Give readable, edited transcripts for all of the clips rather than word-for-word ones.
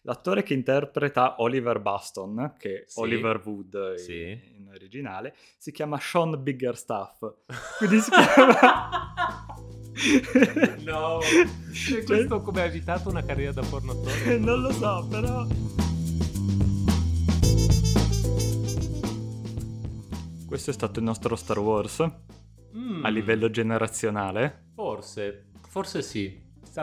L'attore che interpreta Oliver Baston, che è Sì. Oliver Wood Sì. in originale, si chiama Sean Biggerstaff. Quindi si chiama... No, Cioè, questo come ha evitato una carriera da porno attore? non lo so, però... Questo è stato il nostro Star Wars a livello generazionale. Forse sì.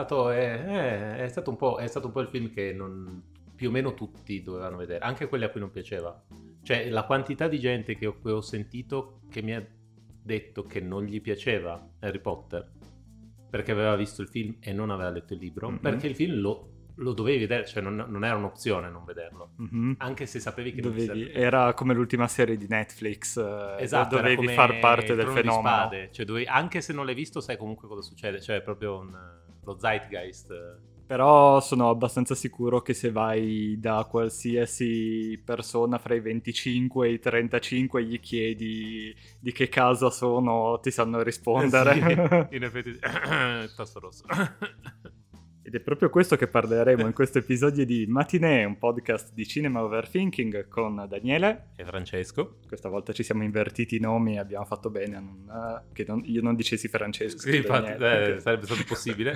È stato un po' il film che più o meno tutti dovevano vedere, anche quelli a cui non piaceva. Cioè, la quantità di gente che ho sentito che mi ha detto che non gli piaceva Harry Potter perché aveva visto il film e non aveva letto il libro, perché il film lo dovevi vedere, cioè non era un'opzione non vederlo, anche se sapevi che era come l'ultima serie di Netflix, esatto, dovevi far parte del fenomeno. di spade, cioè anche se non l'hai visto sai comunque cosa succede, cioè è proprio lo zeitgeist. Però sono abbastanza sicuro che se vai da qualsiasi persona fra i 25 e i 35 gli chiedi di che casa sono, ti sanno rispondere. Sì, in effetti tasto rosso. Ed è proprio questo che parleremo in questo episodio di Matinee, un podcast di Cinema Overthinking con Daniele e Francesco. Questa volta ci siamo invertiti i nomi e abbiamo fatto bene io non dicessi Francesco. Sì, infatti, sarebbe stato possibile.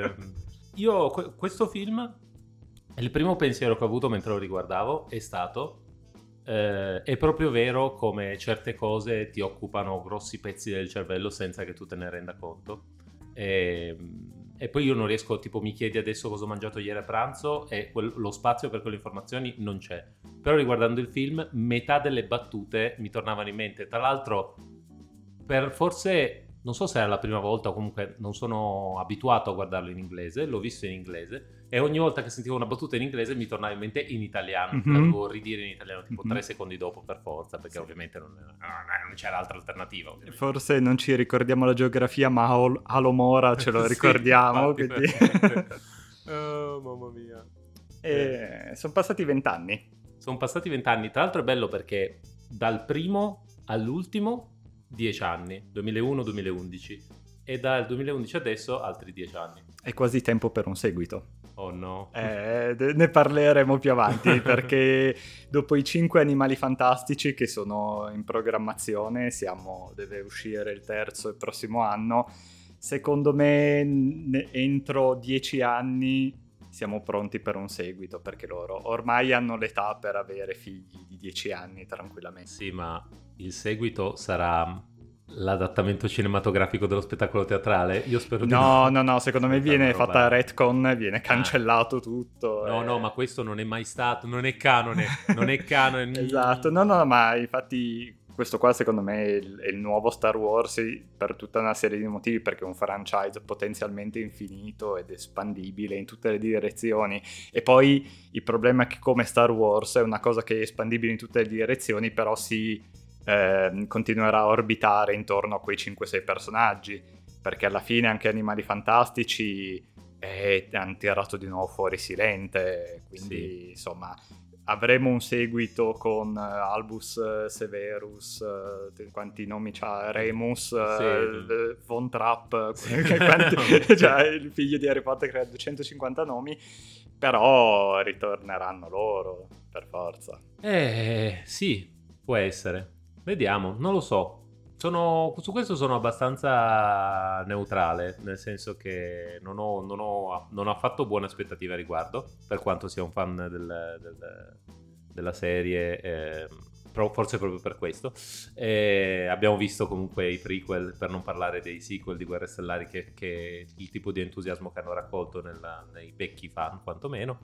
Io questo film, il primo pensiero che ho avuto mentre lo riguardavo è stato è proprio vero come certe cose ti occupano grossi pezzi del cervello senza che tu te ne renda conto. E poi io non riesco, tipo mi chiedi adesso cosa ho mangiato ieri a pranzo e lo spazio per quelle informazioni non c'è. Però riguardando il film metà delle battute mi tornavano in mente. Tra l'altro forse non so se era la prima volta o comunque non sono abituato a guardarlo in inglese, l'ho visto in inglese e ogni volta che sentivo una battuta in inglese mi tornava in mente in italiano, la dovevo ridire in italiano tipo 3 secondi dopo per forza, perché ovviamente non c'era altra alternativa. Ovviamente. Forse non ci ricordiamo la geografia, ma Alomora ce lo ricordiamo. Sì, quindi... oh, mamma mia. Sono passati 20 anni. Sono passati 20 anni, tra l'altro è bello perché dal primo all'ultimo 10 anni, 2001-2011, e dal 2011 adesso altri 10 anni. È quasi tempo per un seguito. Oh no. Ne parleremo più avanti perché dopo i 5 Animali Fantastici che sono in programmazione, deve uscire il terzo il prossimo anno, secondo me entro 10 anni siamo pronti per un seguito, perché loro ormai hanno l'età per avere figli di 10 anni tranquillamente. Sì, ma il seguito sarà l'adattamento cinematografico dello spettacolo teatrale? Io spero di no. No, secondo me viene fatta retcon, viene cancellato tutto. No, ma questo non è mai stato, non è canone. Esatto, no, ma infatti questo qua secondo me è il nuovo Star Wars per tutta una serie di motivi, perché è un franchise potenzialmente infinito ed espandibile in tutte le direzioni. E poi il problema è che come Star Wars è una cosa che è espandibile in tutte le direzioni, però continuerà a orbitare intorno a quei 5-6 personaggi, perché alla fine anche Animali Fantastici hanno tirato di nuovo fuori Silente, quindi sì. Insomma avremo un seguito con Albus Severus, quanti nomi c'ha? Remus, Von Trapp, sì. Cioè, il figlio di Harry Potter che ha 250 nomi, però ritorneranno loro per forza. Sì, può essere. Vediamo, non lo so. Su questo sono abbastanza neutrale, nel senso che non ho affatto buone aspettative a riguardo, per quanto sia un fan della serie, forse proprio per questo. Abbiamo visto comunque i prequel, per non parlare dei sequel di Guerre Stellari, che il tipo di entusiasmo che hanno raccolto nei vecchi fan, quantomeno.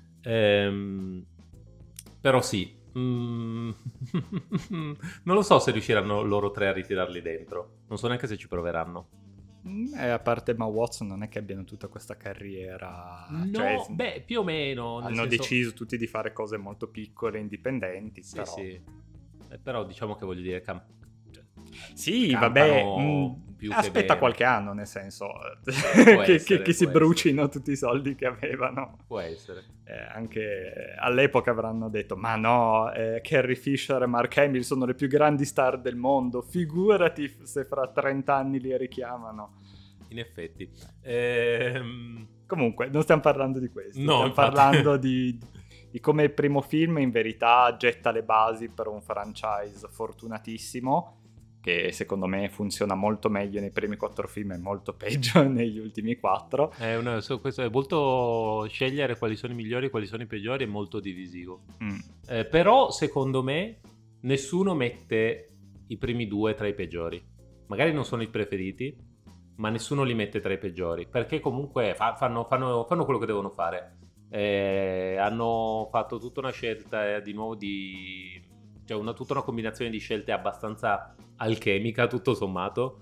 Però sì. Non lo so se riusciranno loro tre a ritirarli dentro. Non so neanche se ci proveranno. A parte Emma Watson non è che abbiano tutta questa carriera. No, più o meno. Hanno deciso tutti di fare cose molto piccole, indipendenti. Sì, però. sì. Però diciamo che voglio dire sì, vabbè, aspetta qualche anno, nel senso che si brucino tutti i soldi che avevano. Può essere. Anche all'epoca avranno detto, ma no, Carrie Fisher e Mark Hamill sono le più grandi star del mondo, figurati se fra 30 anni li richiamano. In effetti. Comunque, non stiamo parlando di questo, no, stiamo parlando di di come il primo film in verità getta le basi per un franchise fortunatissimo, che secondo me funziona molto meglio nei primi 4 film e molto peggio negli ultimi 4. Questo è molto, scegliere quali sono i migliori e quali sono i peggiori è molto divisivo. Però secondo me nessuno mette i primi 2 tra i peggiori. Magari non sono i preferiti, ma nessuno li mette tra i peggiori, perché comunque fanno quello che devono fare. Hanno fatto tutta una scelta di nuovo cioè tutta una combinazione di scelte abbastanza alchemica, tutto sommato,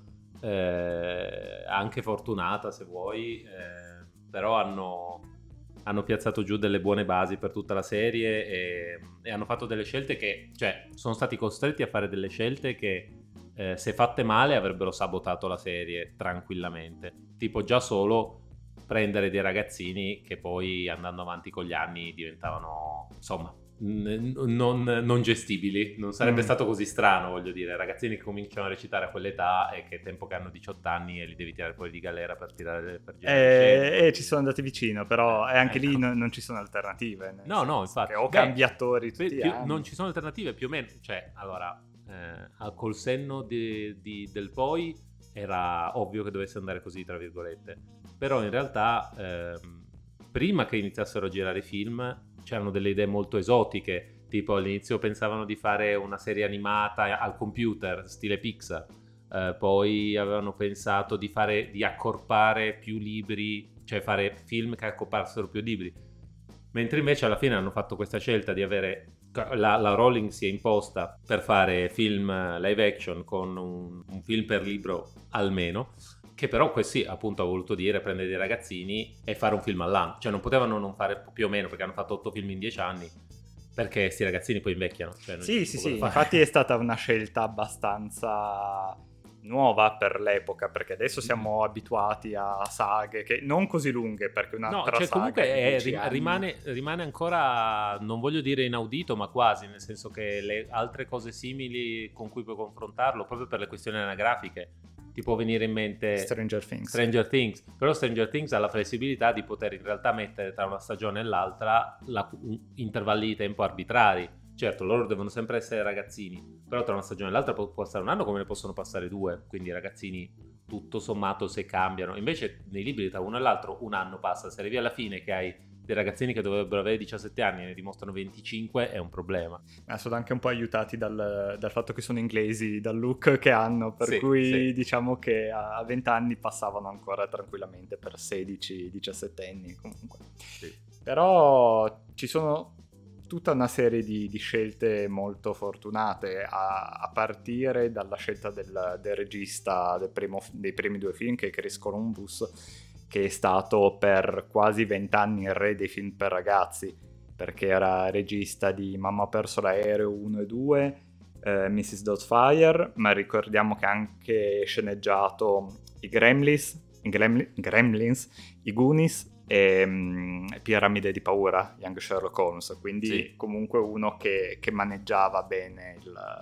anche fortunata se vuoi, però hanno piazzato giù delle buone basi per tutta la serie e hanno fatto delle scelte che, cioè, sono stati costretti a fare delle scelte che se fatte male avrebbero sabotato la serie tranquillamente, tipo già solo prendere dei ragazzini che poi andando avanti con gli anni diventavano, insomma, non gestibili. Non sarebbe stato così strano, voglio dire, ragazzini che cominciano a recitare a quell'età e che tempo che hanno 18 anni e li devi tirare fuori di galera per girare ci sono andati vicino, però anche lì non ci sono alternative, no, infatti, o cambi attori tutti gli anni. Non ci sono alternative più o meno, cioè, allora, col senno del poi era ovvio che dovesse andare così, tra virgolette, però in realtà prima che iniziassero a girare i film c'erano delle idee molto esotiche, tipo all'inizio pensavano di fare una serie animata al computer stile Pixar, poi avevano pensato di accorpare più libri, cioè fare film che accorpassero più libri, mentre invece alla fine hanno fatto questa scelta di avere la Rowling si è imposta per fare film live action con un film per libro almeno, che però sì, appunto ha voluto dire prendere dei ragazzini e fare un film all'anno, cioè non potevano non fare più o meno, perché hanno fatto 8 film in 10 anni, perché sti ragazzini poi invecchiano, cioè sì, infatti è stata una scelta abbastanza nuova per l'epoca, perché adesso siamo abituati a saghe che non così lunghe, perché un'altra cioè, saga comunque rimane ancora, non voglio dire inaudito, ma quasi, nel senso che le altre cose simili con cui puoi confrontarlo, proprio per le questioni anagrafiche, ti può venire in mente Stranger Things, però Stranger Things ha la flessibilità di poter in realtà mettere tra una stagione e l'altra intervalli di tempo arbitrari. Certo, loro devono sempre essere ragazzini, però tra una stagione e l'altra può passare un anno come ne possono passare 2, quindi i ragazzini tutto sommato se cambiano. Invece nei libri tra uno e l'altro un anno passa, se arrivi alla fine che hai dei ragazzini che dovrebbero avere 17 anni e ne dimostrano 25 è un problema. Ma sono anche un po' aiutati dal fatto che sono inglesi, dal look che hanno, per cui diciamo che a 20 anni passavano ancora tranquillamente per 16-17 anni comunque. Sì. Però ci sono tutta una serie di scelte molto fortunate, a partire dalla scelta del regista dei primi 2 film, che è Chris Columbus, che è stato per quasi 20 anni il re dei film per ragazzi, perché era regista di Mamma ha perso l'aereo 1 e 2, Mrs. Doubtfire, ma ricordiamo che ha anche sceneggiato i Gremlins, i Goonies e Piramide di paura, Young Sherlock Holmes, quindi comunque uno che maneggiava bene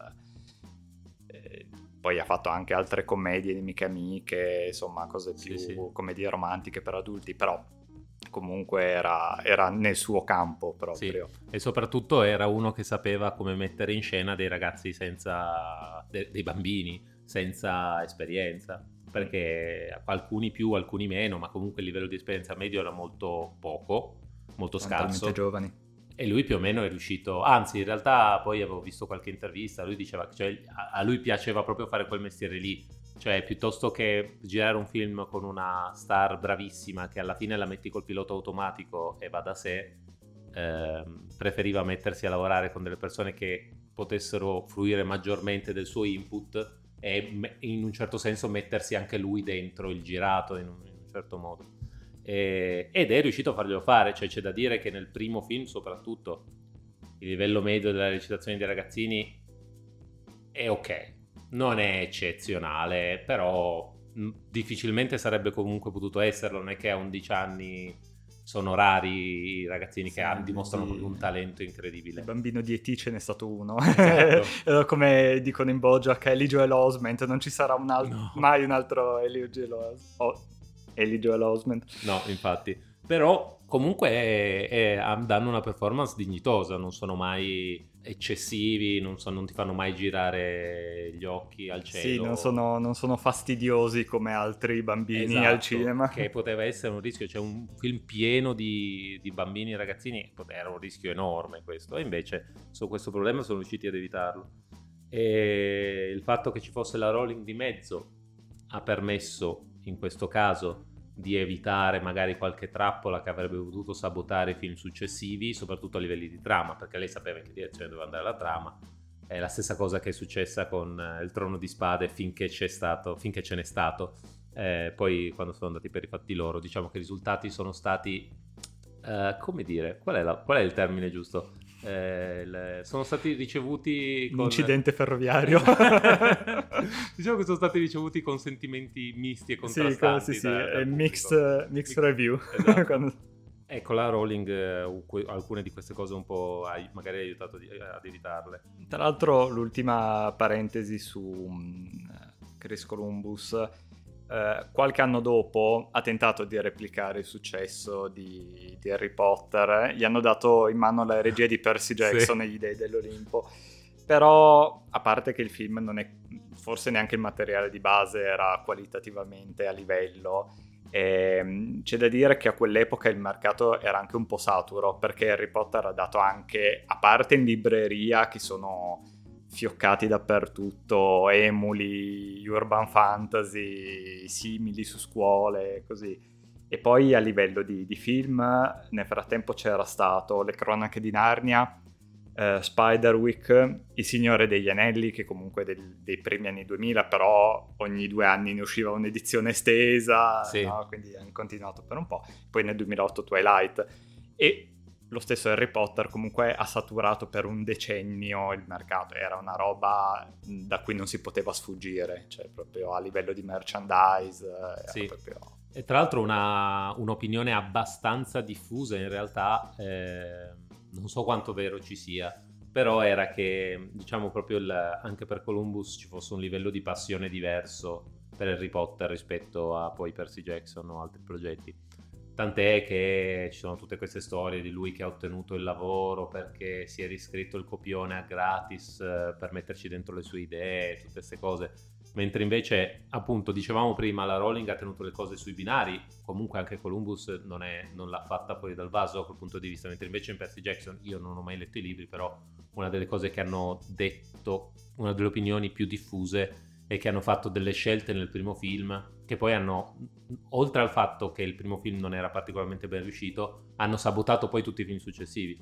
poi ha fatto anche altre commedie di amiche, insomma cose più commedie romantiche per adulti, però comunque era nel suo campo proprio. Sì. E soprattutto era uno che sapeva come mettere in scena dei ragazzi dei bambini senza esperienza, perché alcuni più, alcuni meno, ma comunque il livello di esperienza medio era molto poco, molto scarso. Giovani. E lui più o meno è riuscito, anzi in realtà poi avevo visto qualche intervista, lui diceva che cioè, a lui piaceva proprio fare quel mestiere lì, cioè piuttosto che girare un film con una star bravissima che alla fine la metti col pilota automatico e va da sé, preferiva mettersi a lavorare con delle persone che potessero fruire maggiormente del suo input e in un certo senso mettersi anche lui dentro il girato in un certo modo. Ed è riuscito a farglielo fare, cioè c'è da dire che nel primo film soprattutto il livello medio della recitazione dei ragazzini è ok, non è eccezionale, però difficilmente sarebbe comunque potuto esserlo, non è che a 11 anni sono rari i ragazzini che dimostrano proprio un talento incredibile. Il bambino di E.T. ce n'è stato uno, esatto. Come dicono in BoJack, Elijah Joel Osment, non ci sarà mai un altro Elijah Joel Osment. No, infatti. Però comunque danno una performance dignitosa, non sono mai eccessivi, non ti fanno mai girare gli occhi al cielo. Sì, non sono fastidiosi come altri bambini al cinema. Che poteva essere un rischio, cioè un film pieno di bambini e ragazzini, era un rischio enorme questo, e invece su questo problema sono riusciti ad evitarlo. E il fatto che ci fosse la Rowling di mezzo ha permesso in questo caso di evitare magari qualche trappola che avrebbe potuto sabotare i film successivi, soprattutto a livelli di trama, perché lei sapeva in che direzione doveva andare la trama. È la stessa cosa che è successa con il Trono di Spade finché ce n'è stato. Poi quando sono andati per i fatti loro, diciamo che i risultati sono stati come dire, qual è il termine giusto? Sono stati ricevuti con... Incidente ferroviario. Diciamo che sono stati ricevuti con sentimenti misti e contrastanti. Sì, è mixed review. Esatto. Ecco, la Rowling alcune di queste cose un po' magari ha aiutato ad evitarle. Tra l'altro, l'ultima parentesi su Chris Columbus, qualche anno dopo ha tentato di replicare il successo di Harry Potter. Gli hanno dato in mano la regia di Percy Jackson e gli Dei dell'Olimpo, però a parte che il film non è, forse neanche il materiale di base era qualitativamente a livello, c'è da dire che a quell'epoca il mercato era anche un po' saturo, perché Harry Potter ha dato anche, a parte in libreria che sono fioccati dappertutto, emuli, urban fantasy, simili su scuole, così. E poi a livello di film, nel frattempo c'era stato Le Cronache di Narnia, Spiderwick, Il Signore degli Anelli, che comunque dei primi anni 2000, però ogni 2 anni ne usciva un'edizione estesa, sì. No? Quindi hanno continuato per un po'. Poi nel 2008 Twilight. E lo stesso Harry Potter comunque ha saturato per un decennio il mercato, era una roba da cui non si poteva sfuggire, cioè proprio a livello di merchandise. Sì. Proprio... E tra l'altro un'opinione abbastanza diffusa in realtà, non so quanto vero ci sia, però era che diciamo proprio anche per Columbus ci fosse un livello di passione diverso per Harry Potter rispetto a poi Percy Jackson o altri progetti. Tant'è che ci sono tutte queste storie di lui che ha ottenuto il lavoro perché si è riscritto il copione a gratis per metterci dentro le sue idee, tutte queste cose. Mentre invece, appunto, dicevamo prima, la Rowling ha tenuto le cose sui binari, comunque anche Columbus non l'ha fatta fuori dal vaso a quel punto di vista, mentre invece in Percy Jackson, io non ho mai letto i libri, però una delle cose che hanno detto, una delle opinioni più diffuse è che hanno fatto delle scelte nel primo film che poi hanno, oltre al fatto che il primo film non era particolarmente ben riuscito, hanno sabotato poi tutti i film successivi.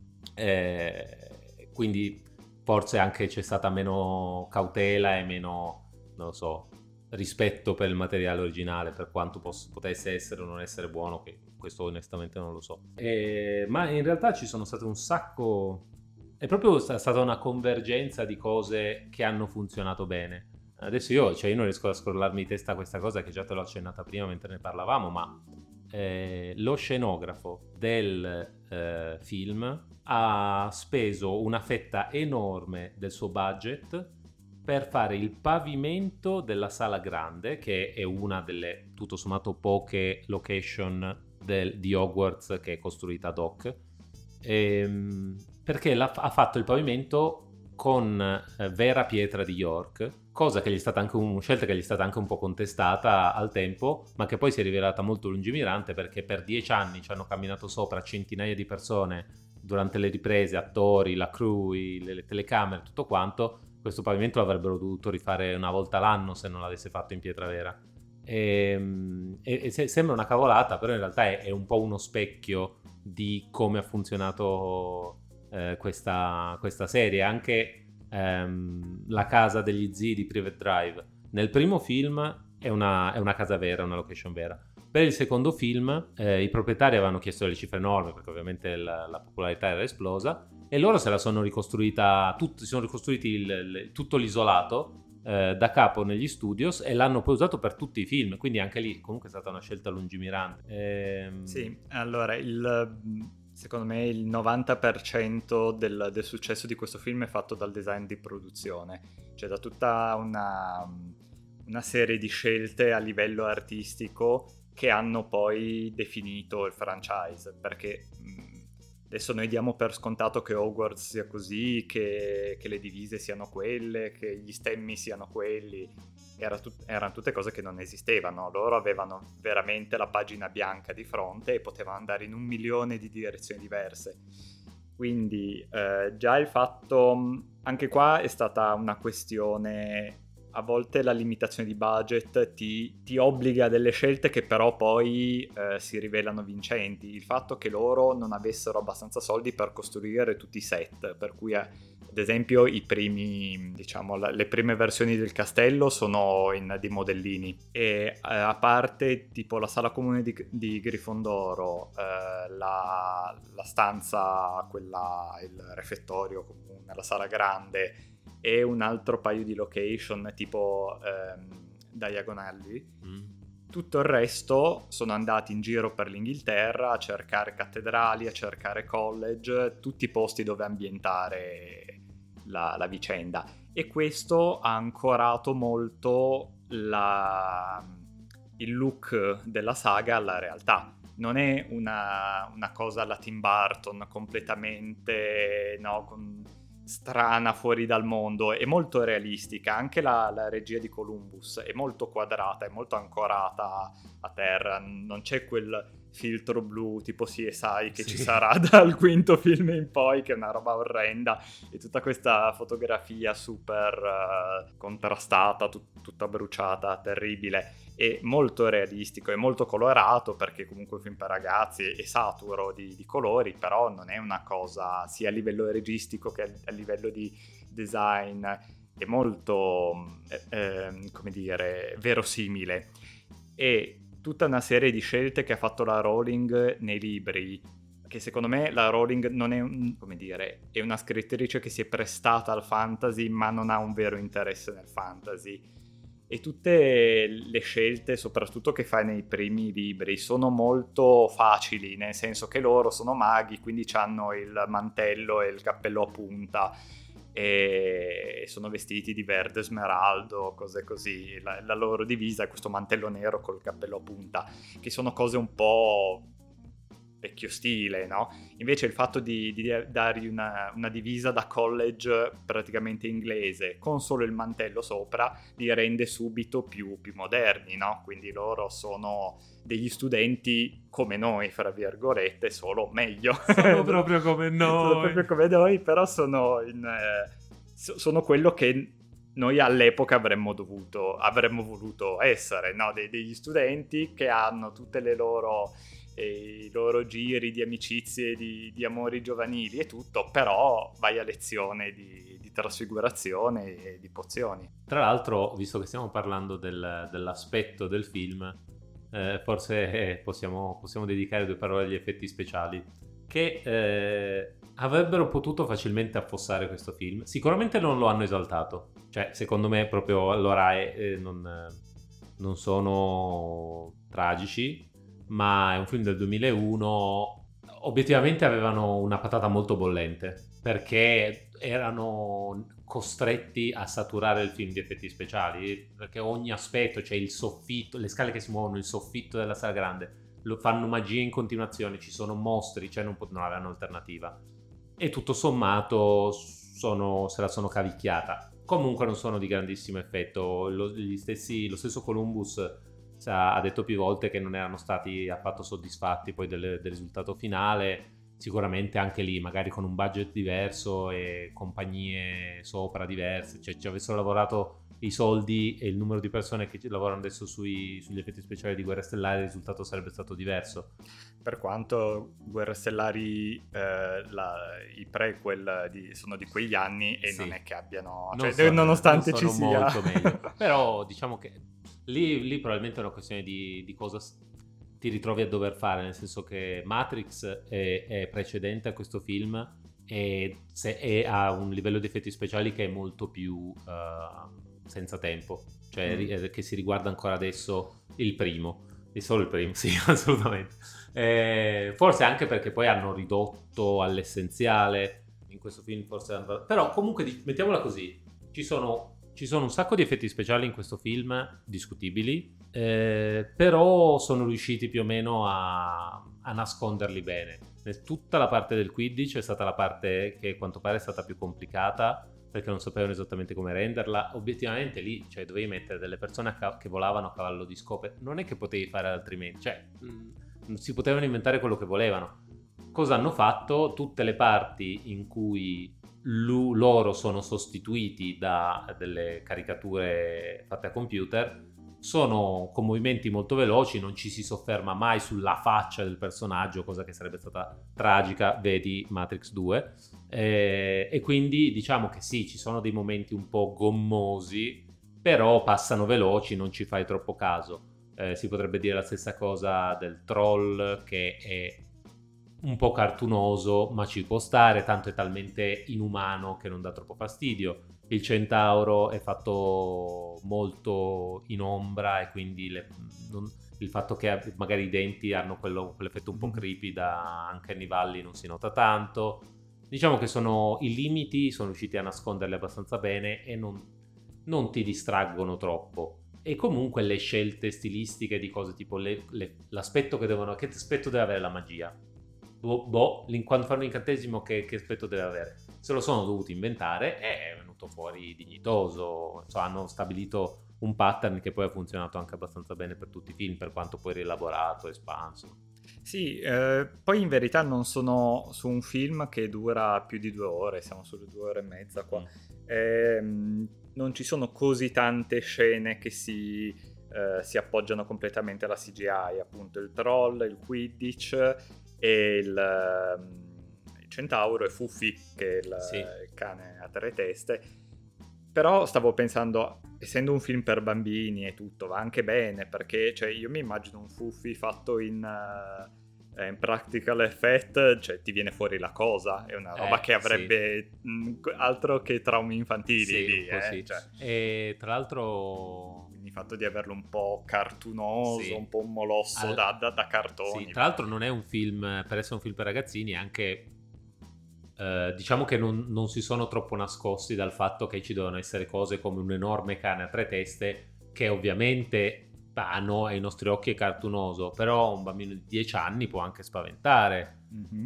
Quindi forse anche c'è stata meno cautela e meno, non lo so, rispetto per il materiale originale, per quanto potesse essere o non essere buono, che questo onestamente non lo so. Ma in realtà ci sono state un sacco... È proprio stata una convergenza di cose che hanno funzionato bene. Adesso io non riesco a scrollarmi di testa questa cosa che già te l'ho accennata prima mentre ne parlavamo, ma lo scenografo del film ha speso una fetta enorme del suo budget per fare il pavimento della sala grande, che è una delle tutto sommato poche location di Hogwarts che è costruita ad hoc, perché ha fatto il pavimento con vera pietra di York, cosa che gli è stata anche scelta che gli è stata anche un po' contestata al tempo, ma che poi si è rivelata molto lungimirante, perché per 10 anni ci hanno camminato sopra centinaia di persone durante le riprese, attori, la crew, le telecamere, tutto quanto. Questo pavimento l'avrebbero dovuto rifare una volta l'anno se non l'avesse fatto in pietra vera. E sembra una cavolata, però in realtà è un po' uno specchio di come ha funzionato questa serie. Anche la casa degli zii di Private Drive nel primo film è una casa vera, una location vera. Per il secondo film i proprietari avevano chiesto delle cifre enormi, perché ovviamente la popolarità era esplosa, e loro se la sono ricostruita, si sono ricostruiti tutto l'isolato da capo negli studios, e l'hanno poi usato per tutti i film, quindi anche lì comunque è stata una scelta lungimirante. Sì, allora secondo me il 90% del successo di questo film è fatto dal design di produzione, cioè da tutta una serie di scelte a livello artistico che hanno poi definito il franchise, perché adesso noi diamo per scontato che Hogwarts sia così, che le divise siano quelle, che gli stemmi siano quelli. Erano tutte cose che non esistevano. Loro avevano veramente la pagina bianca di fronte e potevano andare in 1.000.000 di direzioni diverse. Quindi già il fatto, anche qua è stata una questione, a volte la limitazione di budget ti obbliga a delle scelte che però poi si rivelano vincenti. Il fatto che loro non avessero abbastanza soldi per costruire tutti i set, per cui ad esempio i primi, diciamo, le prime versioni del castello sono di modellini, e a parte tipo la sala comune di Grifondoro, la stanza, quella, il refettorio comune, la sala grande e un altro paio di location tipo Diagon Alley. Tutto il resto sono andati in giro per l'Inghilterra a cercare cattedrali, a cercare college, tutti i posti dove ambientare la vicenda, e questo ha ancorato molto il look della saga alla realtà. Non è una cosa alla Tim Burton completamente, no, strana, fuori dal mondo. È molto realistica. Anche la regia di Columbus è molto quadrata, è molto ancorata a terra. Non c'è quel filtro blu tipo CSI che ci sarà dal quinto film in poi, che è una roba orrenda, e tutta questa fotografia super contrastata, tutta bruciata, terribile. È molto realistico, è molto colorato, perché comunque è un film per ragazzi, è saturo di colori, però non è una cosa, sia a livello registico che a livello di design, è molto come dire, verosimile. E tutta una serie di scelte che ha fatto la Rowling nei libri, che secondo me la Rowling non è come dire, è una scrittrice che si è prestata al fantasy ma non ha un vero interesse nel fantasy, e tutte le scelte soprattutto che fa nei primi libri sono molto facili, nel senso che loro sono maghi, quindi hanno il mantello e il cappello a punta e sono vestiti di verde smeraldo, cose così. La loro divisa è questo mantello nero col cappello a punta, che sono cose un po' vecchio stile, no? Invece il fatto di dargli una divisa da college praticamente inglese con solo il mantello sopra li rende subito più moderni, no? Quindi loro sono degli studenti come noi, fra virgolette, solo meglio. Sono proprio come noi. Sono proprio come noi, però sono quello che noi all'epoca avremmo voluto essere, no? Degli studenti che hanno tutte le loro i loro giri di amicizie, di amori giovanili e tutto, però vai a lezione di trasfigurazione e di pozioni. Tra l'altro, visto che stiamo parlando dell'aspetto del film, forse possiamo dedicare 2 parole agli effetti speciali, che avrebbero potuto facilmente affossare questo film. Sicuramente non lo hanno esaltato, cioè secondo me proprio allora non sono tragici, ma è un film del 2001. Obiettivamente avevano una patata molto bollente, perché erano costretti a saturare il film di effetti speciali, perché ogni aspetto, cioè il soffitto, le scale che si muovono, il soffitto della sala grande, lo fanno magie in continuazione, ci sono mostri, cioè non avevano alternativa, e tutto sommato se la sono cavicchiata. Comunque non sono di grandissimo effetto. Lo stesso Columbus ha detto più volte che non erano stati affatto soddisfatti poi del risultato finale. Sicuramente anche lì, magari con un budget diverso e compagnie sopra diverse, cioè ci avessero lavorato i soldi e il numero di persone che lavorano adesso sugli effetti speciali di Guerre Stellari, il risultato sarebbe stato diverso. Per quanto Guerre Stellari, i prequel sono di quegli anni e sì, non è che abbiano, nonostante ci sia molto meglio. Però diciamo che lì probabilmente è una questione di cosa ti ritrovi a dover fare, nel senso che Matrix è precedente a questo film e ha un livello di effetti speciali che è molto più senza tempo, cioè che si riguarda ancora adesso il primo, e solo il primo, sì, assolutamente. Forse anche perché poi hanno ridotto all'essenziale in questo film, però comunque mettiamola così, ci sono un sacco di effetti speciali in questo film discutibili, Però sono riusciti più o meno a nasconderli bene. Tutta la parte del Quidditch è stata la parte che a quanto pare è stata più complicata, perché non sapevano esattamente come renderla. Obiettivamente lì, cioè, dovevi mettere delle persone che volavano a cavallo di scope, non è che potevi fare altrimenti, cioè si potevano inventare quello che volevano. Cosa hanno fatto? Tutte le parti in cui loro sono sostituiti da delle caricature fatte a computer sono con movimenti molto veloci, non ci si sofferma mai sulla faccia del personaggio, cosa che sarebbe stata tragica, vedi Matrix 2. E quindi diciamo che sì, ci sono dei momenti un po' gommosi, però passano veloci, non ci fai troppo caso. Si potrebbe dire la stessa cosa del troll, che è un po' cartunoso, ma ci può stare, tanto è talmente inumano che non dà troppo fastidio. Il centauro è fatto molto in ombra e quindi il fatto che magari i denti hanno quell'effetto un po' creepy da Uncanny Valley non si nota tanto. Diciamo che i limiti sono riusciti a nasconderli abbastanza bene e non ti distraggono troppo. E comunque le scelte stilistiche di cose tipo l'aspetto che aspetto deve avere la magia. Quando fanno l'incantesimo che aspetto deve avere? Se lo sono dovuti inventare, è venuto fuori dignitoso. Insomma, hanno stabilito un pattern che poi ha funzionato anche abbastanza bene per tutti i film, per quanto poi rielaborato, espanso. Sì, poi in verità non sono su un film che dura più di 2 ore, siamo sulle 2 ore e mezza qua. Non ci sono così tante scene che si appoggiano completamente alla CGI, appunto il troll, il Quidditch e il centauro e Fuffy, che è il cane a 3 teste. Però stavo pensando, essendo un film per bambini e tutto, va anche bene, perché cioè, io mi immagino un Fuffy fatto in practical effect, cioè ti viene fuori la cosa, è una roba che avrebbe altro che traumi infantili lì, sì. cioè. E tra l'altro il fatto di averlo un po' cartunoso, un po' un molosso da cartoni. Sì, tra l'altro non è un film, per essere un film per ragazzini, è anche diciamo che non si sono troppo nascosti dal fatto che ci devono essere cose come un enorme cane a 3 teste, che ovviamente ai nostri occhi è cartunoso, però un bambino di 10 anni può anche spaventare.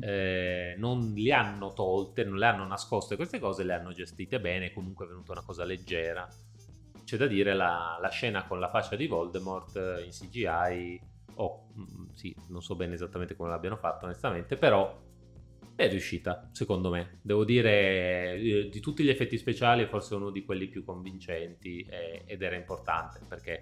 Non li hanno tolte, non le hanno nascoste queste cose, le hanno gestite bene, comunque è venuta una cosa leggera. C'è da dire la scena con la faccia di Voldemort in CGI, sì, non so bene esattamente come l'abbiano fatto onestamente, però è riuscita, secondo me. Devo dire, di tutti gli effetti speciali è forse uno di quelli più convincenti ed era importante perché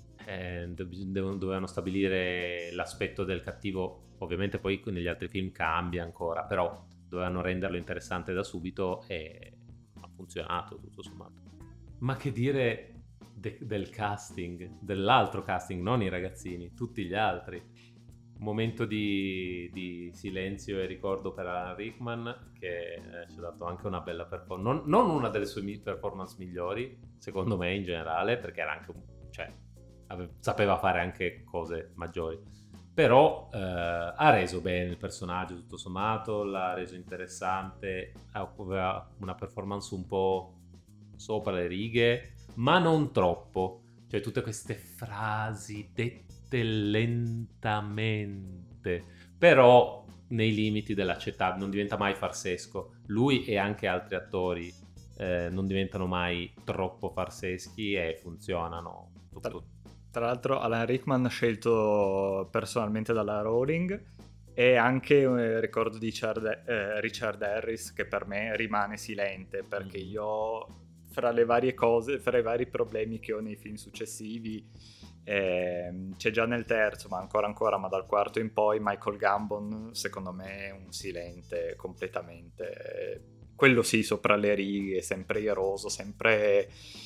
dovevano stabilire l'aspetto del cattivo. Ovviamente poi negli altri film cambia ancora, però dovevano renderlo interessante da subito e ha funzionato tutto sommato. Ma che dire del casting, dell'altro casting, non i ragazzini, tutti gli altri. Momento di silenzio e ricordo per Alan Rickman, che ci ha dato anche una bella performance, non una delle sue performance migliori secondo me in generale, perché era anche sapeva fare anche cose maggiori, però ha reso bene il personaggio tutto sommato, l'ha reso interessante, aveva una performance un po' sopra le righe, ma non troppo, cioè tutte queste frasi dette lentamente, però nei limiti dell'accettabile, non diventa mai farsesco. Lui e anche altri attori non diventano mai troppo farseschi e funzionano. Tra l'altro Alan Rickman scelto personalmente dalla Rowling, e anche ricordo di Richard Harris, che per me rimane silente, perché io fra le varie cose, fra i vari problemi che ho nei film successivi, c'è già nel terzo, ma ancora, ma dal quarto in poi Michael Gambon secondo me è un silente completamente, quello sì, sopra le righe, sempre iroso, sempre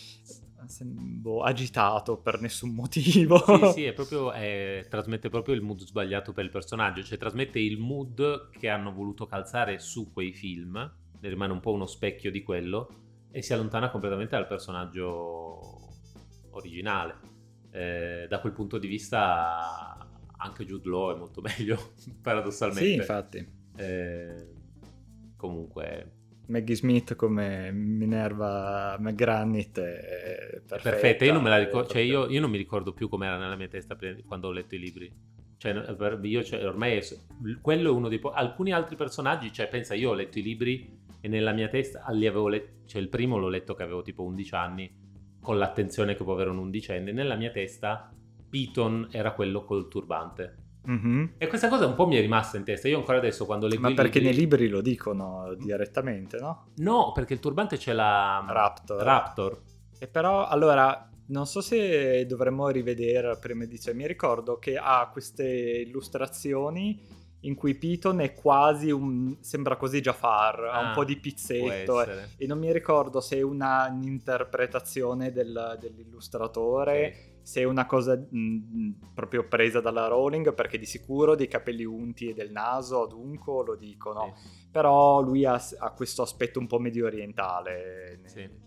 agitato per nessun motivo. Sì, è proprio, trasmette proprio il mood sbagliato per il personaggio, cioè trasmette il mood che hanno voluto calzare su quei film, rimane un po' uno specchio di quello e si allontana completamente dal personaggio originale. Da quel punto di vista anche Jude Law è molto meglio, paradossalmente. Sì, infatti. Comunque Maggie Smith come Minerva McGranit è Perfetta, io non me la ricordo, perfetta. io non mi ricordo più com'era nella mia testa quando ho letto i libri. Cioè, ormai quello è uno dei alcuni altri personaggi, cioè pensa, io ho letto i libri e nella mia testa li avevo letto, cioè il primo l'ho letto che avevo tipo 11 anni, con l'attenzione che può avere un undicenne, nella mia testa Piton era quello col turbante. Mhm. E questa cosa un po' mi è rimasta in testa. Io ancora adesso quando leggo Ma i perché libri... nei libri lo dicono direttamente, no? No, perché il turbante c'è la Raptor. E però, allora, non so se dovremmo rivedere la prima edizione. Mi ricordo che ha queste illustrazioni in cui Piton è quasi sembra quasi Jafar, ha un po' di Può pizzetto essere. e non mi ricordo se è un'interpretazione dell'illustratore, Ok. se è una cosa proprio presa dalla Rowling, perché di sicuro dei capelli unti e del naso adunco lo dicono, Sì. però lui ha questo aspetto un po' medio orientale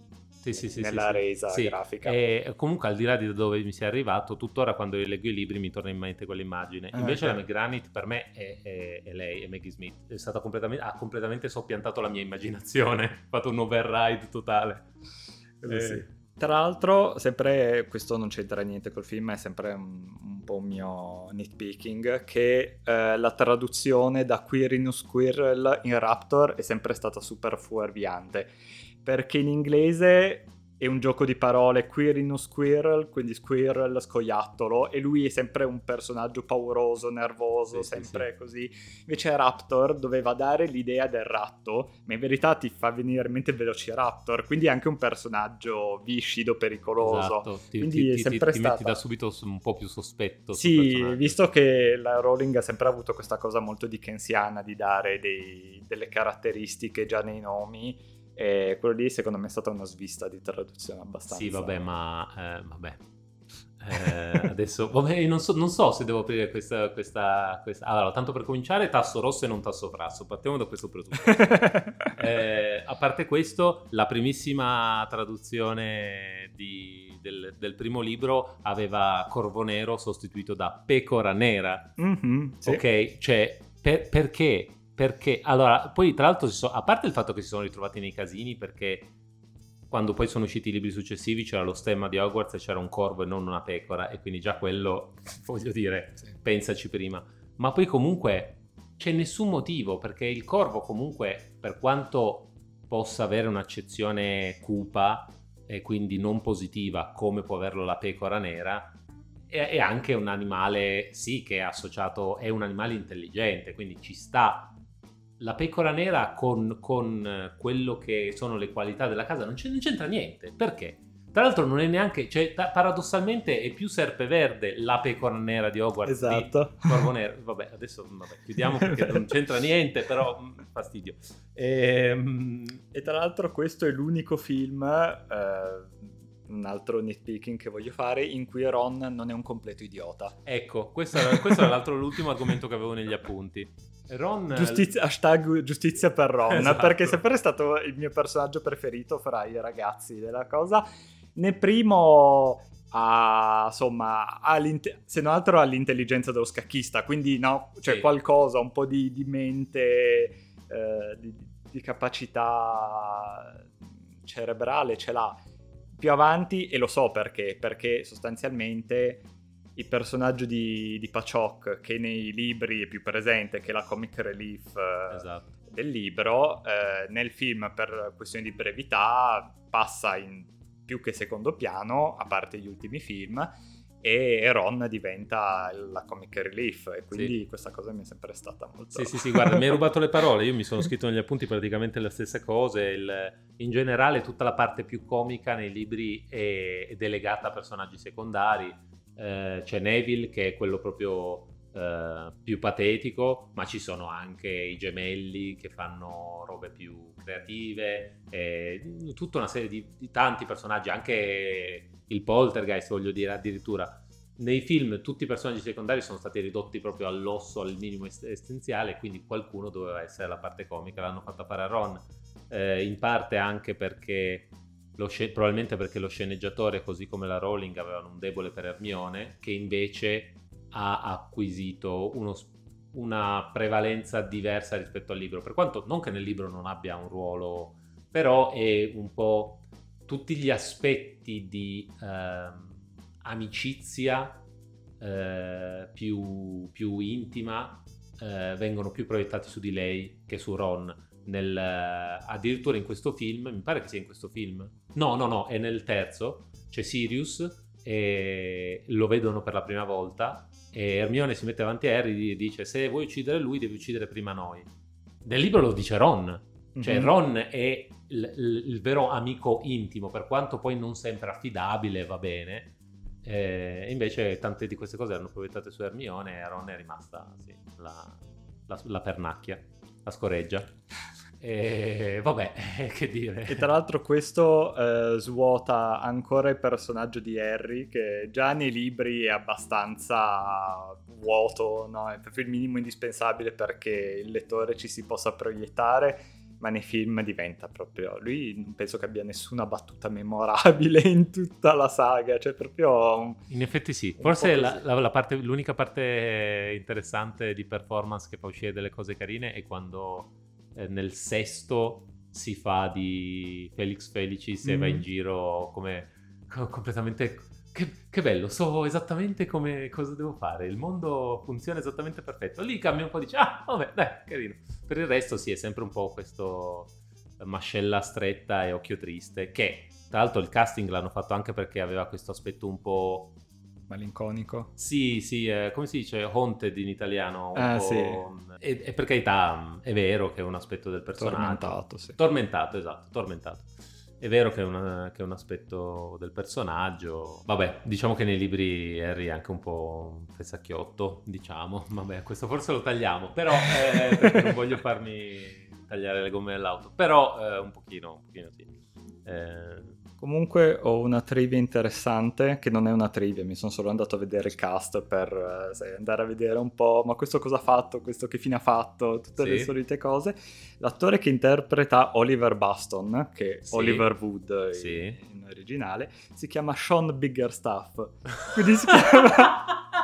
nella Sì. resa Sì. grafica. E comunque al di là di dove mi sia arrivato, tuttora quando io leggo i libri mi torna in mente quell'immagine. Invece Ok. la McGranit per me è lei, è Maggie Smith. È stata ha completamente soppiantato la mia immaginazione. Ha fatto un override totale. Sì. Tra l'altro, sempre questo non c'entra niente col film, è sempre un po' un mio nitpicking, che la traduzione da Quirinus Squirrel in Raptor è sempre stata super fuorviante, perché in inglese è un gioco di parole, Quirinus Squirrel, quindi squirrel, scoiattolo, e lui è sempre un personaggio pauroso, nervoso, Sì, sempre sì. così. Invece Raptor doveva dare l'idea del ratto, ma in verità ti fa venire in mente Velociraptor, quindi è anche un personaggio viscido, pericoloso. Esatto, Quindi è sempre ti metti da stata... subito un po' più sospetto sul Sì, personaggio. visto che la Rowling ha sempre avuto questa cosa molto dickensiana di dare delle caratteristiche già nei nomi, e quello lì secondo me è stata una svista di traduzione abbastanza... Sì, vabbè, ma vabbè. Adesso, vabbè, io non so se devo aprire questa... Allora, tanto per cominciare, tasso rosso e non tasso frasso. Partiamo da questo presupposto. A parte questo, la primissima traduzione del primo libro aveva Corvo Nero sostituito da Pecora Nera. Mhm, sì. Ok, cioè, perché? Perché, allora, poi tra l'altro, a parte il fatto che si sono ritrovati nei casini, perché quando poi sono usciti i libri successivi c'era lo stemma di Hogwarts e c'era un corvo e non una pecora, e quindi già quello, voglio dire, Sì. pensaci prima. Ma poi comunque c'è nessun motivo, perché il corvo comunque, per quanto possa avere un'accezione cupa e quindi non positiva come può averlo la pecora nera, è anche un animale, sì, che è associato, è un animale intelligente, quindi ci sta. La pecora nera con quello che sono le qualità della casa non c'entra niente. Perché? Tra l'altro non è neanche, cioè paradossalmente è più serpeverde la pecora nera di Hogwarts Esatto. di Corvo Nero. Vabbè, adesso chiudiamo perché non c'entra niente, però fastidio. E tra l'altro questo è l'unico film, un altro nitpicking che voglio fare, in cui Ron non è un completo idiota. Ecco, questo era l'ultimo argomento che avevo negli appunti. Ron... Hashtag giustizia per Ron, Esatto. perché è sempre stato il mio personaggio preferito fra i ragazzi della cosa. Nel primo insomma, se non altro ha l'intelligenza dello scacchista, quindi no, cioè Sì. qualcosa, un po' di mente, di capacità cerebrale ce l'ha. Più avanti, e lo so perché sostanzialmente il personaggio di Pachok, che nei libri è più presente che la comic relief Esatto. del libro, nel film per questioni di brevità passa in più che secondo piano, a parte gli ultimi film, e Ron diventa la comic relief, e quindi questa cosa mi è sempre stata molto... Sì, guarda, mi hai rubato le parole, io mi sono scritto negli appunti praticamente le stesse cose, in generale tutta la parte più comica nei libri è delegata a personaggi secondari, c'è Neville che è quello proprio più patetico, ma ci sono anche i gemelli che fanno robe più creative, tutta una serie di tanti personaggi, anche il Poltergeist, voglio dire, addirittura. Nei film tutti i personaggi secondari sono stati ridotti proprio all'osso, al minimo essenziale, quindi qualcuno doveva essere la parte comica, l'hanno fatta fare a Ron, in parte anche perché probabilmente perché lo sceneggiatore, così come la Rowling, avevano un debole per Hermione, che invece ha acquisito una prevalenza diversa rispetto al libro, per quanto non che nel libro non abbia un ruolo, però è un po' tutti gli aspetti di amicizia più intima vengono più proiettati su di lei che su Ron. Addirittura in questo film, mi pare che sia in questo film, no, è nel terzo, c'è Sirius e lo vedono per la prima volta e Hermione si mette avanti a Harry e dice: se vuoi uccidere lui devi uccidere prima noi. Nel libro lo dice Ron, cioè Ron è il vero amico intimo, per quanto poi non sempre affidabile, va bene. Invece tante di queste cose erano proiettate su Hermione e a Ron è rimasta la pernacchia, la scoreggia. E vabbè, che dire. E tra l'altro questo svuota ancora il personaggio di Harry, che già nei libri è abbastanza vuoto, no? È proprio il minimo indispensabile perché il lettore ci si possa proiettare, ma nei film diventa proprio... Lui non penso che abbia nessuna battuta memorabile in tutta la saga, cioè proprio... In effetti sì, forse l'unica parte interessante di performance che fa uscire delle cose carine è quando nel sesto si fa di Felix Felicis e va in giro come completamente... Che bello, so esattamente cosa devo fare, il mondo funziona esattamente perfetto. Lì cambia un po', dice, vabbè, dai, carino. Per il resto sì, è sempre un po' questo mascella stretta e occhio triste, che tra l'altro il casting l'hanno fatto anche perché aveva questo aspetto un po'... malinconico. Sì, come si dice? Haunted in italiano. Un po'... sì. E per carità è vero che è un aspetto del personaggio. Tormentato, sì. Tormentato, esatto, tormentato. È vero che è un aspetto del personaggio. Vabbè, diciamo che nei libri Harry è anche un po' un fessacchiotto, diciamo. Vabbè, questo forse lo tagliamo, però perché non voglio farmi tagliare le gomme dell'auto. Però un pochino sì. Comunque ho una trivia interessante, che non è una trivia, mi sono solo andato a vedere il cast per andare a vedere un po', ma questo cosa ha fatto, questo che fine ha fatto, tutte le solite cose. L'attore che interpreta Oliver Baston, che è Oliver Wood in originale, si chiama Sean Biggerstaff, quindi si chiama...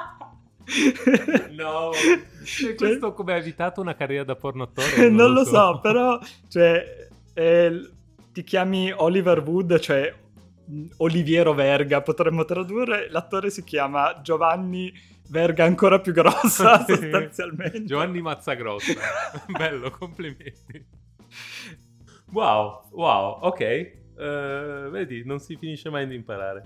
No, questo come ha evitato una carriera da porno attore? Non lo so, però cioè... ti chiami Oliver Wood, cioè Oliviero Verga, potremmo tradurre. L'attore si chiama Giovanni Verga ancora più grossa, sostanzialmente. Giovanni Mazzagrossa. Bello, complimenti. Wow, ok. Vedi, non si finisce mai di imparare.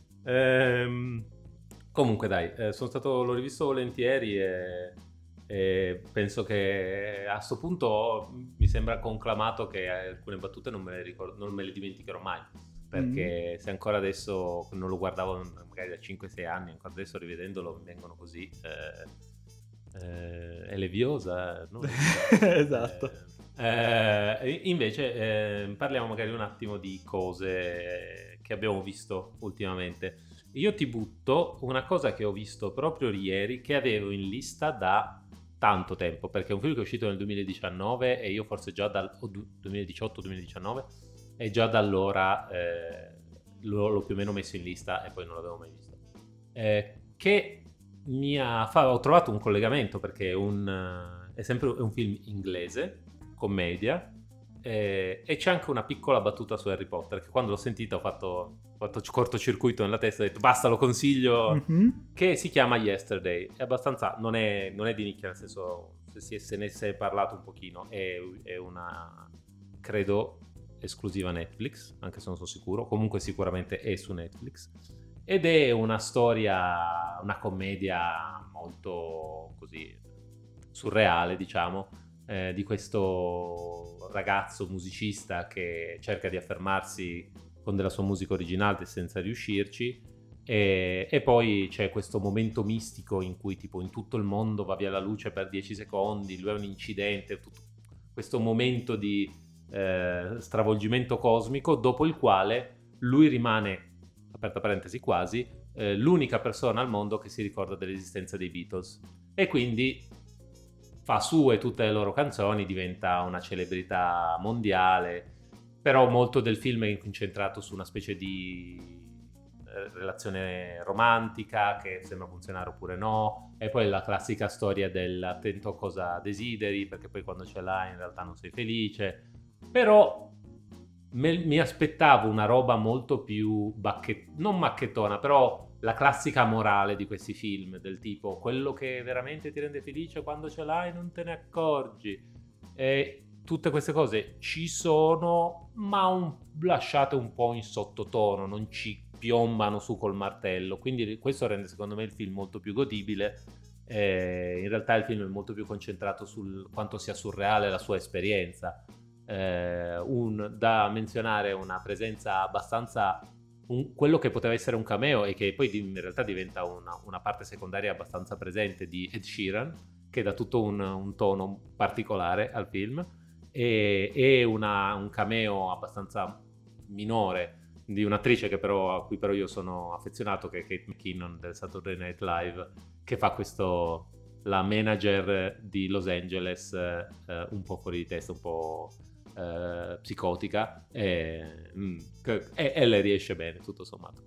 Comunque dai, l'ho rivisto volentieri e penso che a sto punto mi sembra conclamato che alcune battute non me le dimenticherò mai, perché se ancora adesso non lo guardavo magari da 5-6 anni, ancora adesso rivedendolo mi vengono così è leviosa, no? Esatto. Invece parliamo magari un attimo di cose che abbiamo visto ultimamente. Io ti butto una cosa che ho visto proprio ieri, che avevo in lista da tanto tempo, perché è un film che è uscito nel 2019 e io forse già dal 2018-2019 e già da allora l'ho più o meno messo in lista e poi non l'avevo mai visto, che ho trovato un collegamento perché è sempre un film inglese, commedia, e c'è anche una piccola battuta su Harry Potter che quando l'ho sentita ho fatto cortocircuito nella testa e ho detto basta, lo consiglio, che si chiama Yesterday. È abbastanza, non è di nicchia, nel senso se ne si è parlato un pochino, è una, credo, esclusiva Netflix, anche se non sono sicuro, comunque sicuramente è su Netflix, ed è una storia, una commedia molto così surreale, diciamo, di questo ragazzo musicista che cerca di affermarsi con della sua musica originale senza riuscirci, e poi c'è questo momento mistico in cui tipo in tutto il mondo va via la luce per 10 secondi, lui ha un incidente, tutto questo momento di stravolgimento cosmico, dopo il quale lui rimane, aperta parentesi quasi, l'unica persona al mondo che si ricorda dell'esistenza dei Beatles, e quindi fa sue tutte le loro canzoni, diventa una celebrità mondiale. Però molto del film è incentrato su una specie di relazione romantica che sembra funzionare oppure no, e poi la classica storia dell'attento a cosa desideri, perché poi quando ce l'hai in realtà non sei felice. Però mi aspettavo una roba molto più non macchettona, però la classica morale di questi film, del tipo quello che veramente ti rende felice quando ce l'hai non te ne accorgi. E tutte queste cose ci sono, ma lasciate un po' in sottotono, non ci piombano su col martello, quindi questo rende secondo me il film molto più godibile. In realtà il film è molto più concentrato sul quanto sia surreale la sua esperienza. Da menzionare una presenza abbastanza quello che poteva essere un cameo e che poi in realtà diventa una parte secondaria abbastanza presente di Ed Sheeran, che dà tutto un tono particolare al film, e un cameo abbastanza minore di un'attrice a cui però io sono affezionato, che è Kate McKinnon del Saturday Night Live, che fa la manager di Los Angeles, un po' fuori di testa, un po' psicotica, e lei riesce bene tutto sommato.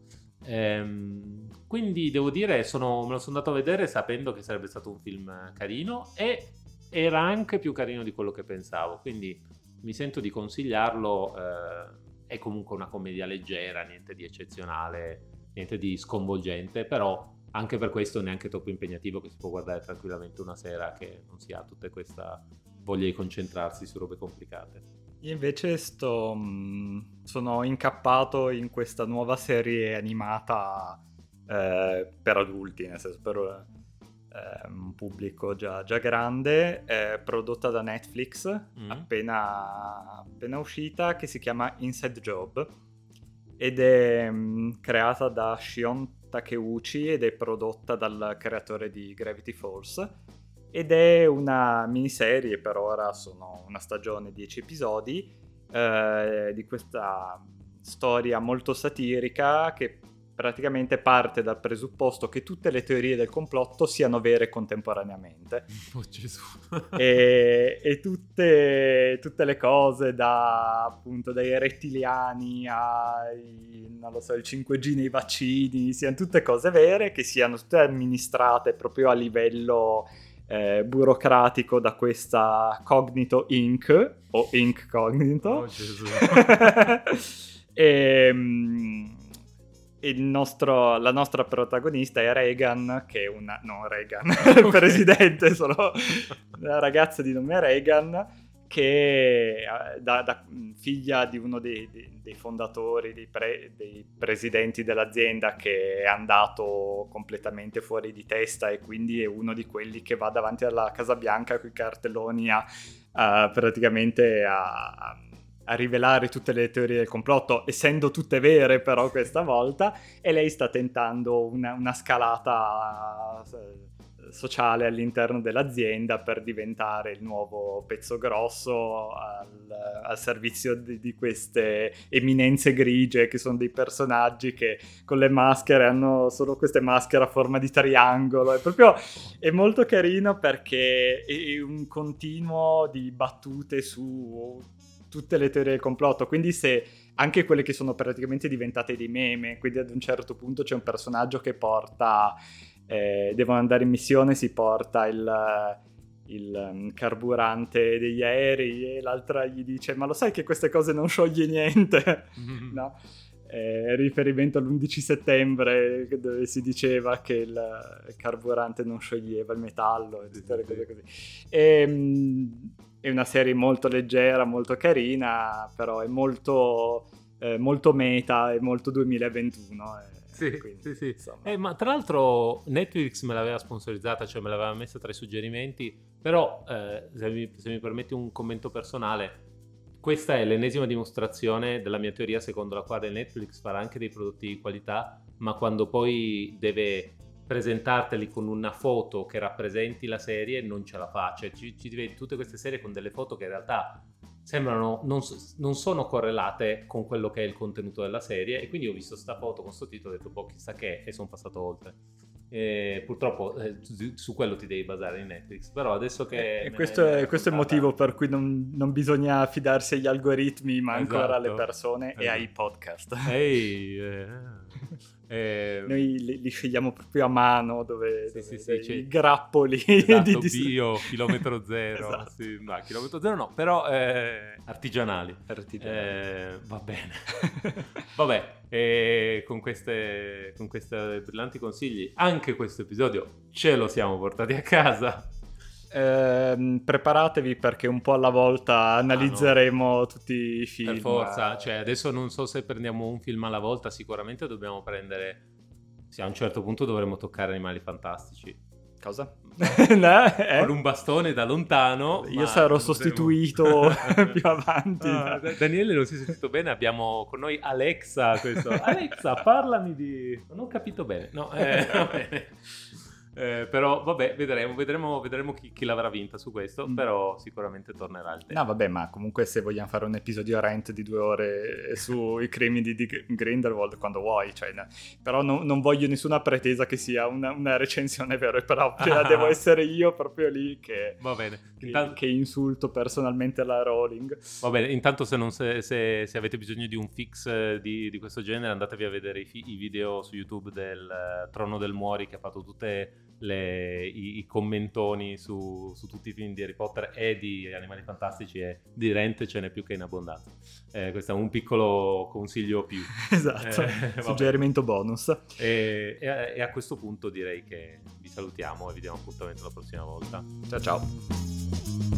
Quindi devo dire, me lo sono andato a vedere sapendo che sarebbe stato un film carino, e era anche più carino di quello che pensavo, quindi mi sento di consigliarlo. È comunque una commedia leggera, niente di eccezionale, niente di sconvolgente, però anche per questo neanche troppo impegnativo, che si può guardare tranquillamente una sera, che non si ha tutta questa voglia di concentrarsi su robe complicate. Io invece sono incappato in questa nuova serie animata per adulti, nel senso per un pubblico già grande, prodotta da Netflix, appena uscita, che si chiama Inside Job, ed è creata da Shion Takeuchi ed è prodotta dal creatore di Gravity Falls, ed è una miniserie, per ora sono una stagione, 10 episodi, di questa storia molto satirica che praticamente parte dal presupposto che tutte le teorie del complotto siano vere contemporaneamente. Oh Gesù. e tutte le cose, appunto dai rettiliani non lo so, il 5G nei vaccini, siano tutte cose vere, che siano tutte amministrate proprio a livello burocratico da questa Cognito Inc. o Inc. Cognito. Oh Gesù. La nostra protagonista è Reagan, che è il presidente, solo una ragazza di nome Reagan, che da figlia di uno dei fondatori, dei presidenti dell'azienda, che è andato completamente fuori di testa, e quindi è uno di quelli che va davanti alla Casa Bianca con i cartelloni praticamente a rivelare tutte le teorie del complotto, essendo tutte vere però questa volta, e lei sta tentando una scalata sociale all'interno dell'azienda per diventare il nuovo pezzo grosso al servizio di queste eminenze grigie, che sono dei personaggi che con le maschere hanno solo queste maschere a forma di triangolo. È molto carino, perché è un continuo di battute su tutte le teorie del complotto, quindi se anche quelle che sono praticamente diventate dei meme, quindi ad un certo punto c'è un personaggio che devono andare in missione, si porta il carburante degli aerei, e l'altra gli dice: ma lo sai che queste cose non scioglie niente? No? Riferimento all'11 settembre, dove si diceva che il carburante non scioglieva il metallo e tutte le cose così. È una serie molto leggera, molto carina, però è molto meta e molto 2021. Sì. Ma tra l'altro Netflix me l'aveva sponsorizzata, cioè me l'aveva messa tra i suggerimenti, però se mi permetti un commento personale, questa è l'ennesima dimostrazione della mia teoria secondo la quale Netflix farà anche dei prodotti di qualità, ma quando poi deve presentarteli con una foto che rappresenti la serie non ce la fa. Cioè ci vedi tutte queste serie con delle foto che in realtà sembrano non sono correlate con quello che è il contenuto della serie, e quindi ho visto sta foto con sto titolo, ho detto boh, chissà che, e sono passato oltre. Purtroppo su quello ti devi basare in Netflix, però adesso che questo è il motivo per cui non bisogna fidarsi agli algoritmi, ma ancora alle persone e ai podcast. Noi li scegliamo proprio a mano, dove sì, i grappoli esatto, bio, chilometro zero. Esatto. Sì, no, chilometro zero no, però artigianali. Va bene. Vabbè, con questi brillanti consigli, anche questo episodio ce lo siamo portati a casa. Preparatevi, perché un po' alla volta analizzeremo tutti i film. Per forza, cioè adesso non so se prendiamo un film alla volta, sicuramente dobbiamo prendere, sì, a un certo punto dovremo toccare Animali Fantastici. Cosa? Con un bastone da lontano. Io sarò sostituito più avanti. Daniele non si è sentito bene, abbiamo con noi Alexa. Alexa, parlami di... Non ho capito bene. No, va bene. Però vabbè, vedremo chi l'avrà vinta su questo, però sicuramente tornerà il tema. No, vabbè, ma comunque se vogliamo fare un episodio rant di 2 ore sui crimini di Grindelwald, quando vuoi, cioè, però non voglio nessuna pretesa che sia una recensione vera e propria. Devo essere io proprio lì che, va bene. Che insulto personalmente la Rowling. Va bene, intanto se avete bisogno di un fix di questo genere, andatevi a vedere i video su YouTube del Trono del Muori, che ha fatto tutte i commentoni su tutti i film di Harry Potter e di Animali Fantastici, e di Rent ce n'è più che in abbondanza. Questo è un piccolo consiglio più. Esatto, suggerimento bonus. E a questo punto direi che vi salutiamo e vi diamo appuntamento la prossima volta. Ciao ciao.